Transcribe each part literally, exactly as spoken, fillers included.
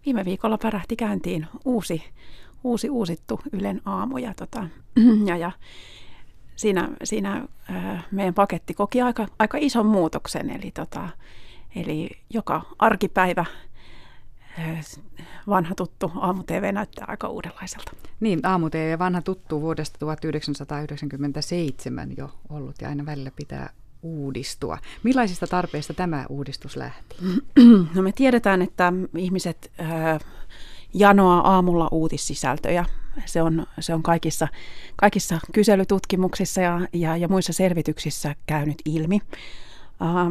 viime viikolla pärähti käyntiin uusi, uusi uusittu Ylen aamu. Ja, tota, ja, ja siinä, siinä ää, meidän paketti koki aika, aika ison muutoksen. Eli, tota, eli joka arkipäivä ää, vanha tuttu aamu-T V näyttää aika uudenlaiselta. Niin, aamu-T V vanha tuttu vuodesta tuhatyhdeksänsataayhdeksänkymmentäseitsemän jo ollut ja aina välillä pitää uudistua. Millaisista tarpeista tämä uudistus lähti? No me tiedetään, että ihmiset ää, janoaa aamulla uutissisältöjä. Se on, se on kaikissa, kaikissa kyselytutkimuksissa ja, ja, ja muissa selvityksissä käynyt ilmi. Ää,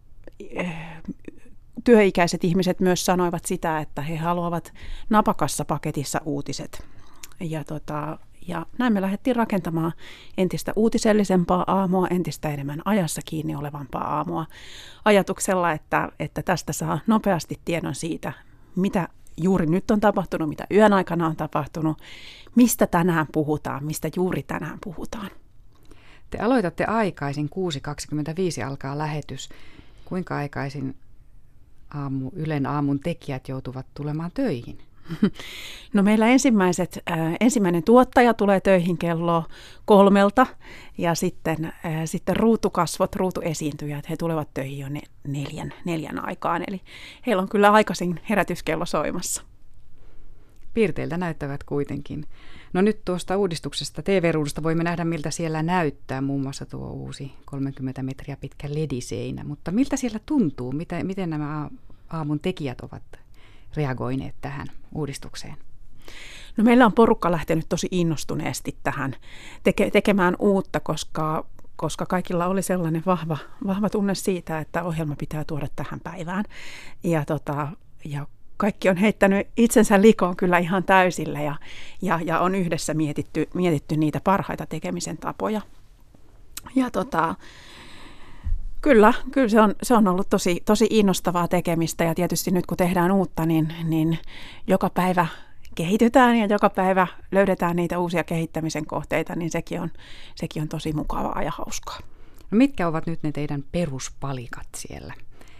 työikäiset ihmiset myös sanoivat sitä, että he haluavat napakassa paketissa uutiset. Ja tota, Ja näin me lähdettiin rakentamaan entistä uutisellisempaa aamua, entistä enemmän ajassa kiinni olevampaa aamua ajatuksella, että, että tästä saa nopeasti tiedon siitä, mitä juuri nyt on tapahtunut, mitä yön aikana on tapahtunut, mistä tänään puhutaan, mistä juuri tänään puhutaan. Te aloitatte aikaisin, kuusi kaksikymmentäviisi alkaa lähetys. Kuinka aikaisin aamu, Ylen aamun tekijät joutuvat tulemaan töihin? No meillä ensimmäiset, äh, ensimmäinen tuottaja tulee töihin kello kolmelta ja sitten, äh, sitten ruutukasvot, ruutuesiintyjät, he tulevat töihin jo ne, neljän, neljän aikaan. Eli heillä on kyllä aikaisin herätyskello soimassa. Piirteiltä näyttävät kuitenkin. No nyt tuosta uudistuksesta, T V-ruudusta voimme nähdä, miltä siellä näyttää, muun muassa tuo uusi kolmekymmentä metriä pitkä lediseinä. Mutta miltä siellä tuntuu, miten, miten nämä aamun tekijät ovat reagoineet tähän uudistukseen? No meillä on porukka lähtenyt tosi innostuneesti tähän teke, tekemään uutta, koska, koska kaikilla oli sellainen vahva, vahva tunne siitä, että ohjelma pitää tuoda tähän päivään. Ja, tota, ja kaikki on heittänyt itsensä likoon kyllä ihan täysillä ja, ja, ja on yhdessä mietitty, mietitty niitä parhaita tekemisen tapoja. Ja tota, Kyllä, kyllä se on, se on ollut tosi, tosi innostavaa tekemistä ja tietysti nyt kun tehdään uutta, niin, niin joka päivä kehitytään ja joka päivä löydetään niitä uusia kehittämisen kohteita, niin sekin on, sekin on tosi mukavaa ja hauskaa. No mitkä ovat nyt ne teidän peruspalikat siellä?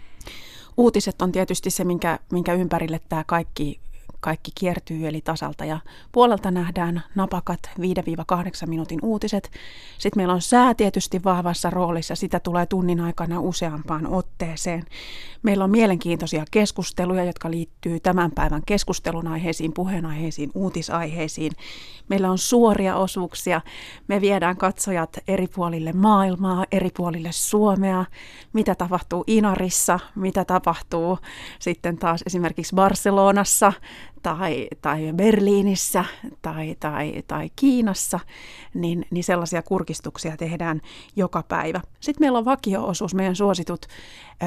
Uutiset on tietysti se, minkä, minkä ympärille tämä kaikki, kaikki kiertyy, eli tasalta ja puolelta nähdään napakat viisi kahdeksan minuutin uutiset. Sitten meillä on sää tietysti vahvassa roolissa, sitä tulee tunnin aikana useampaan otteeseen. Meillä on mielenkiintoisia keskusteluja, jotka liittyy tämän päivän keskustelun aiheisiin, puheenaiheisiin, uutisaiheisiin. Meillä on suoria osuuksia, me viedään katsojat eri puolille maailmaa, eri puolille Suomea, mitä tapahtuu Inarissa, mitä tapahtuu sitten taas esimerkiksi Barcelonassa, Tai, tai Berliinissä tai, tai, tai Kiinassa, niin, niin sellaisia kurkistuksia tehdään joka päivä. Sitten meillä on vakio-osuus, meidän suositut ö,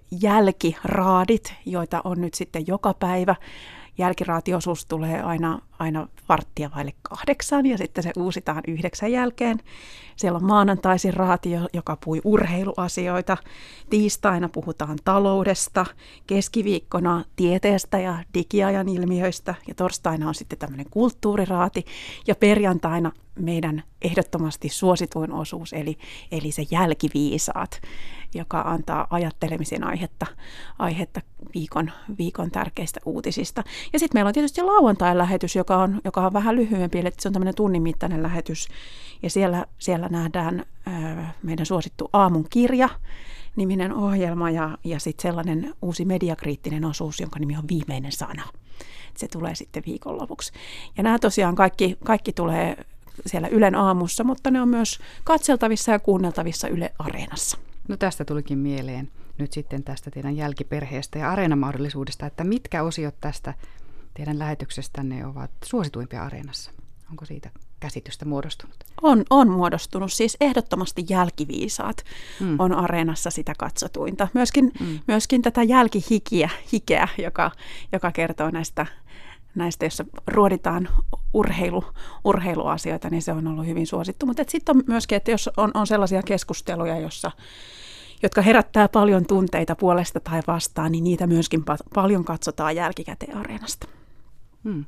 jälkiraadit, joita on nyt sitten joka päivä. Jälkiraatiosuus tulee aina, aina varttia vaille kahdeksan ja sitten se uusitaan yhdeksän jälkeen. Siellä on maanantaisin raatio, joka pui urheiluasioita. Tiistaina puhutaan taloudesta, keskiviikkona tieteestä ja digiajan ilmiöistä ja torstaina on sitten tämmöinen kulttuuriraati ja perjantaina meidän ehdottomasti suosituin osuus eli, eli se jälkiviisaat, joka antaa ajattelemisen aihetta, aihetta viikon, viikon tärkeistä uutisista. Ja sitten meillä on tietysti lauantain lähetys, joka on, joka on vähän lyhyempi, eli se on tämmöinen tunnin mittainen lähetys. Ja siellä, siellä nähdään ää, meidän suosittu aamun kirja niminen ohjelma ja, ja sitten sellainen uusi mediakriittinen osuus, jonka nimi on Viimeinen sana. Se tulee sitten viikonlopuksi. Ja nämä tosiaan kaikki, kaikki tulee siellä Ylen aamussa, mutta ne on myös katseltavissa ja kuunneltavissa Yle Areenassa. No tästä tulikin mieleen nyt sitten tästä teidän jälkiperheestä ja Areenamahdollisuudesta, että mitkä osiot tästä teidän lähetyksestänne ovat suosituimpia Areenassa? Onko siitä käsitystä muodostunut? On, on muodostunut. Siis ehdottomasti jälkiviisaat mm. on Areenassa sitä katsotuinta. Myöskin, mm. myöskin tätä jälkihikiä, hikeä, joka, joka kertoo näistä, näistä, jossa ruoditaan urheilu, urheiluasioita, niin se on ollut hyvin suosittu. Mutta sitten on myöskin, että jos on, on sellaisia keskusteluja, jossa, jotka herättää paljon tunteita puolesta tai vastaan, niin niitä myöskin pa- paljon katsotaan jälkikäteen Areenasta. Hmm.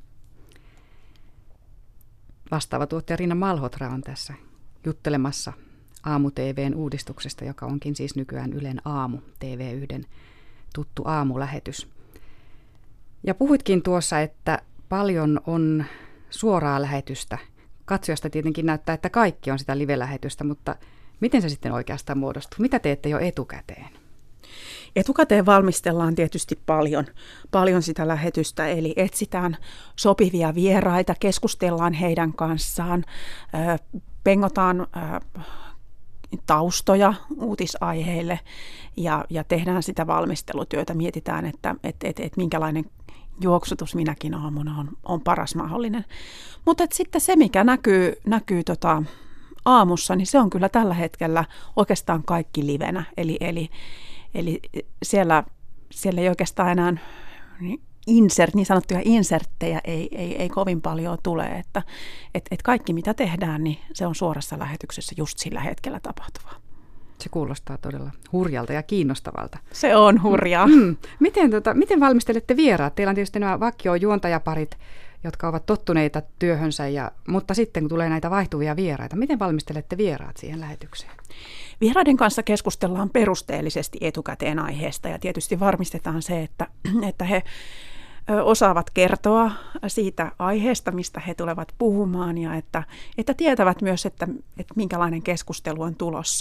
Vastaava tuottaja Riina Malhotra on tässä juttelemassa aamu-T V:n uudistuksesta, joka onkin siis nykyään Ylen aamu, T V yksi tuttu aamulähetys. Ja puhuitkin tuossa, että paljon on suoraa lähetystä. Katsojasta tietenkin näyttää, että kaikki on sitä live-lähetystä, mutta miten se sitten oikeastaan muodostuu? Mitä teette jo etukäteen? Etukäteen valmistellaan tietysti paljon, paljon sitä lähetystä, eli etsitään sopivia vieraita, keskustellaan heidän kanssaan, pengotaan taustoja uutisaiheille ja, ja tehdään sitä valmistelutyötä. Mietitään, että et, et, et minkälainen juoksutus minäkin aamuna on, on paras mahdollinen. Mutta sitten se, mikä näkyy, näkyy tota aamussa, niin se on kyllä tällä hetkellä oikeastaan kaikki livenä. Eli, eli, eli siellä, siellä ei oikeastaan enää insert, niin sanottuja inserttejä ei, ei, ei kovin paljon tule. Että et, et kaikki mitä tehdään, niin se on suorassa lähetyksessä just sillä hetkellä tapahtuvaa. Se kuulostaa todella hurjalta ja kiinnostavalta. Se on hurjaa. Mm. Miten, tota, miten valmistelette vieraat? Teillä on tietysti nämä vakio-juontajaparit, jotka ovat tottuneita työhönsä, ja, mutta sitten kun tulee näitä vaihtuvia vieraita, miten valmistelette vieraat siihen lähetykseen? Vieraiden kanssa keskustellaan perusteellisesti etukäteen aiheesta ja tietysti varmistetaan se, että, että he osaavat kertoa siitä aiheesta, mistä he tulevat puhumaan ja että, että tietävät myös, että, että minkälainen keskustelu on tulossa.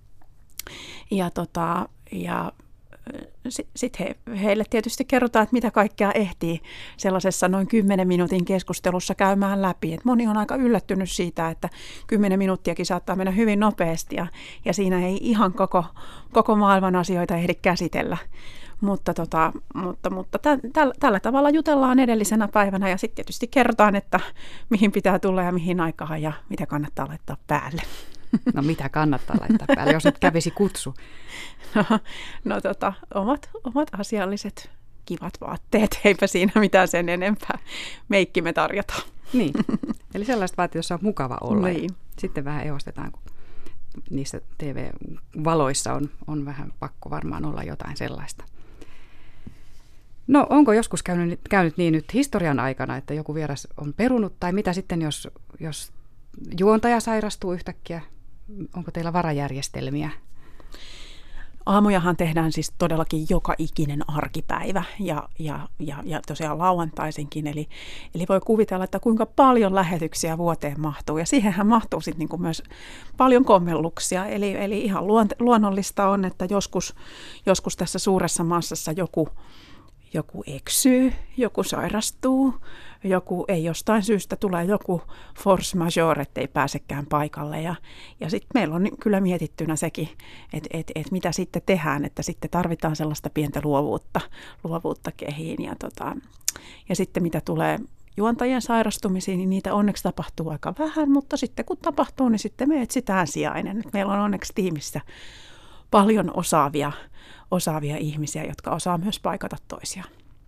Ja, tota, ja sitten sit he, heille tietysti kerrotaan, että mitä kaikkea ehtii sellaisessa noin kymmenen minuutin keskustelussa käymään läpi. Et moni on aika yllättynyt siitä, että kymmenen minuuttiakin saattaa mennä hyvin nopeasti ja, ja siinä ei ihan koko, koko maailman asioita ehdi käsitellä. Mutta, tota, mutta, mutta tä, täl, tällä tavalla jutellaan edellisenä päivänä ja sitten tietysti kerrotaan, että mihin pitää tulla ja mihin aikaan ja mitä kannattaa laittaa päälle. No mitä kannattaa laittaa päälle, jos nyt kävisi kutsu? No, no tota, omat, omat asialliset kivat vaatteet, eipä siinä mitään sen enempää. Meikki me tarjotaan. Niin, eli sellaiset vaatteet, joissa on mukava olla. Niin. Sitten vähän ehostetaan, kun niissä T V-valoissa on, on vähän pakko varmaan olla jotain sellaista. No onko joskus käynyt, käynyt niin nyt historian aikana, että joku vieras on perunut, tai mitä sitten, jos, jos juontaja sairastuu yhtäkkiä? Onko teillä varajärjestelmiä? Aamujahan tehdään siis todellakin joka ikinen arkipäivä ja, ja, ja, ja tosiaan lauantaisinkin. Eli, eli voi kuvitella, että kuinka paljon lähetyksiä vuoteen mahtuu. Ja siihenhän mahtuu sitten niinku myös paljon kommelluksia. Eli, eli ihan luonnollista on, että joskus, joskus tässä suuressa massassa joku Joku eksyy, joku sairastuu, joku ei jostain syystä tulee joku force majeure, ettei pääsekään paikalle. Ja, ja sitten meillä on kyllä mietittynä sekin, että et, et mitä sitten tehdään, että sitten tarvitaan sellaista pientä luovuutta, luovuutta kehiin. Ja, tota, ja sitten mitä tulee juontajien sairastumisiin, niin niitä onneksi tapahtuu aika vähän, mutta sitten kun tapahtuu, niin sitten me etsitään sijainen. Meillä on onneksi tiimissä paljon osaavia, osaavia ihmisiä, jotka osaa myös paikata toisiaan.